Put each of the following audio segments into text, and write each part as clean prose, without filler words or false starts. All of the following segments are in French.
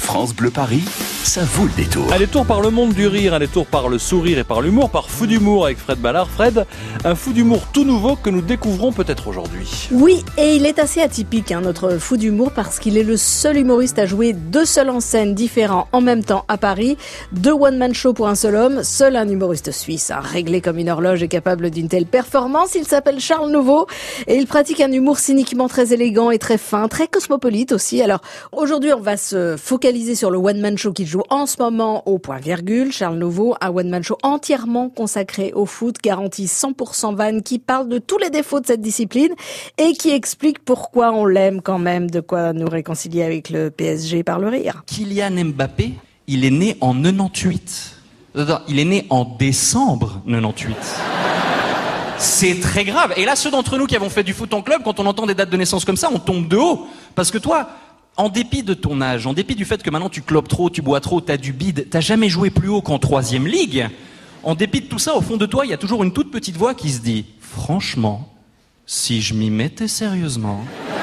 France Bleu Paris, ça vaut le détour. Un détour par le monde du rire, un détour par le sourire et par l'humour, par Fou d'humour avec Fred Ballard. Fred, un fou d'humour tout nouveau que nous découvrons peut-être aujourd'hui. Oui, et il est assez atypique, notre fou d'humour, parce qu'il est le seul humoriste à jouer deux seuls en scène différents en même temps à Paris. Deux one-man show pour un seul homme, seul un humoriste suisse, réglé comme une horloge et capable d'une telle performance. Il s'appelle Charles Nouveau et il pratique un humour cyniquement très élégant et très fin, très cosmopolite aussi. Alors aujourd'hui, on va se focaliser sur le one-man show qu'il joue en ce moment au point virgule. Charles Nouveau, un one-man show entièrement consacré au foot, garanti 100% vanne, qui parle de tous les défauts de cette discipline et qui explique pourquoi on l'aime quand même, de quoi nous réconcilier avec le PSG par le rire. Kylian Mbappé, il est né en 98. Il est né en décembre 98. C'est très grave. Et là, ceux d'entre nous qui avons fait du foot en club, quand on entend des dates de naissance comme ça, on tombe de haut. Parce que toi, en dépit de ton âge, en dépit du fait que maintenant tu clopes trop, tu bois trop, t'as du bide, t'as jamais joué plus haut qu'en 3e ligue, en dépit de tout ça, au fond de toi, il y a toujours une toute petite voix qui se dit « Franchement, si je m'y mettais sérieusement... »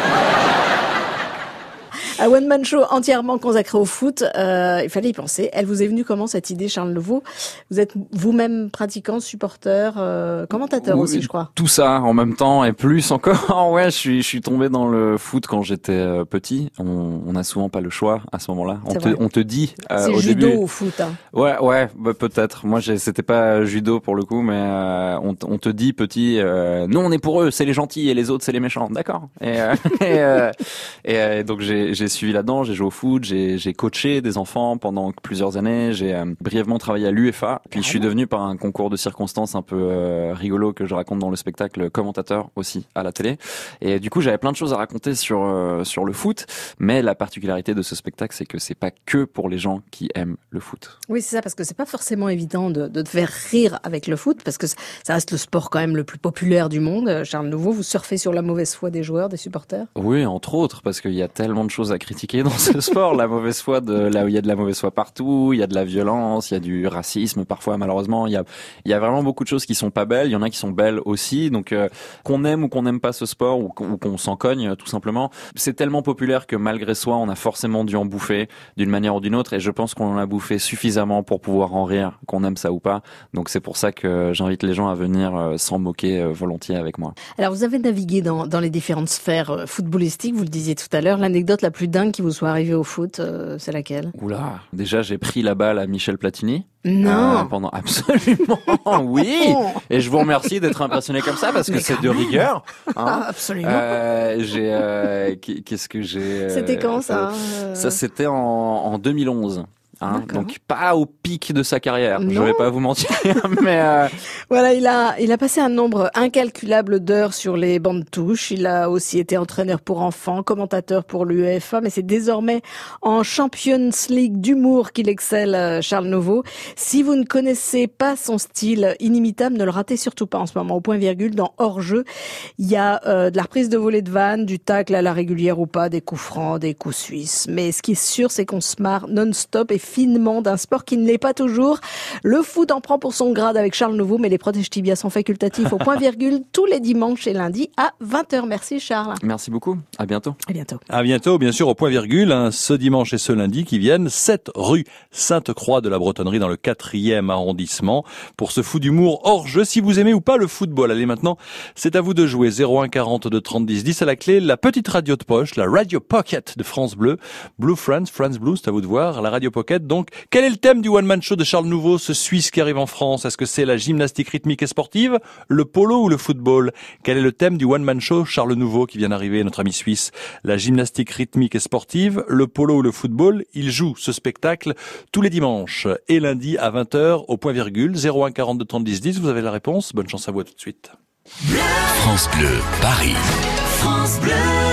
Un one-man show entièrement consacré au foot, il fallait y penser. Elle vous est venue comment cette idée, Charles Nouveau? Vous êtes vous-même pratiquant, supporter, commentateur aussi, je crois. Tout ça en même temps et plus encore. Ouais, je suis tombé dans le foot quand j'étais petit. On n'a souvent pas le choix à ce moment-là. On te dit c'est au judo début. Au foot. Ouais, bah, peut-être. Moi, c'était pas judo pour le coup, mais on te dit petit. Nous, on est pour eux, c'est les gentils et les autres, c'est les méchants. D'accord. Et donc j'ai suivi là-dedans, j'ai joué au foot, j'ai coaché des enfants pendant plusieurs années, j'ai brièvement travaillé à l'UEFA, puis je suis devenu par un concours de circonstances un peu rigolo que je raconte dans le spectacle commentateur aussi à la télé. Et du coup, j'avais plein de choses à raconter sur le foot, mais la particularité de ce spectacle, c'est que c'est pas que pour les gens qui aiment le foot. Oui, c'est ça, parce que c'est pas forcément évident de te faire rire avec le foot, parce que ça reste le sport quand même le plus populaire du monde. Charles Nouveau, vous surfez sur la mauvaise foi des joueurs, des supporters? Oui, entre autres, parce qu'il y a tellement de choses à critiquer dans ce sport, la mauvaise foi là où il y a de la mauvaise foi partout, il y a de la violence, il y a du racisme parfois malheureusement, il y a vraiment beaucoup de choses qui sont pas belles, il y en a qui sont belles aussi, donc qu'on aime ou qu'on n'aime pas ce sport ou qu'on s'en cogne tout simplement, c'est tellement populaire que malgré soi, on a forcément dû en bouffer d'une manière ou d'une autre et je pense qu'on en a bouffé suffisamment pour pouvoir en rire, qu'on aime ça ou pas. Donc c'est pour ça que j'invite les gens à venir s'en moquer volontiers avec moi. Alors vous avez navigué dans les différentes sphères footballistiques, vous le disiez tout à l'heure, l'anecdote la plus dingue qui vous soit arrivée au foot, c'est laquelle? Oula, déjà j'ai pris la balle à Michel Platini. Non. Pendant absolument, oui. Et je vous remercie d'être impressionné comme ça parce que c'est de rigueur. Absolument. Qu'est-ce que j'ai C'était quand ça? Ça c'était en 2011. Donc pas au pic de sa carrière, je vais pas vous mentir, mais voilà, il a passé un nombre incalculable d'heures sur les bancs de touche. Il a aussi été entraîneur pour enfants, commentateur pour l'UEFA, mais c'est désormais en Champions League d'humour qu'il excelle, Charles Nouveau. Si vous ne connaissez pas son style inimitable, ne le ratez surtout pas en ce moment. Au point virgule, dans Hors-jeu, il y a de la reprise de volée de vanne, du tacle à la régulière ou pas, des coups francs, des coups suisses. Mais ce qui est sûr, c'est qu'on se marre non-stop et finement d'un sport qui ne l'est pas toujours. Le foot en prend pour son grade avec Charles Nouveau, mais les protèges tibias sont facultatifs au point virgule tous les dimanches et lundis à 20h. Merci Charles. Merci beaucoup. À bientôt. À bientôt. À bientôt, bien sûr, au point virgule, ce dimanche et ce lundi qui viennent, 7 rue Sainte-Croix de la Bretonnerie dans le 4e arrondissement pour ce fou d'humour hors jeu. Si vous aimez ou pas le football, allez maintenant, c'est à vous de jouer. 01 42 30 10 10 à la clé, la petite radio de poche, la Radio Pocket de France Bleu. Blue France Blue, c'est à vous de voir, la Radio Pocket. Donc, quel est le thème du one-man show de Charles Nouveau, ce Suisse qui arrive en France? Est-ce que c'est la gymnastique rythmique et sportive, le polo ou le football? Quel est le thème du one-man show Charles Nouveau qui vient d'arriver, notre ami suisse? La gymnastique rythmique et sportive, le polo ou le football? Il joue ce spectacle tous les dimanches et lundis à 20h au point virgule. 01 42 30 10 10, vous avez la réponse. Bonne chance à vous, à tout de suite. France Bleu Paris. France Bleu.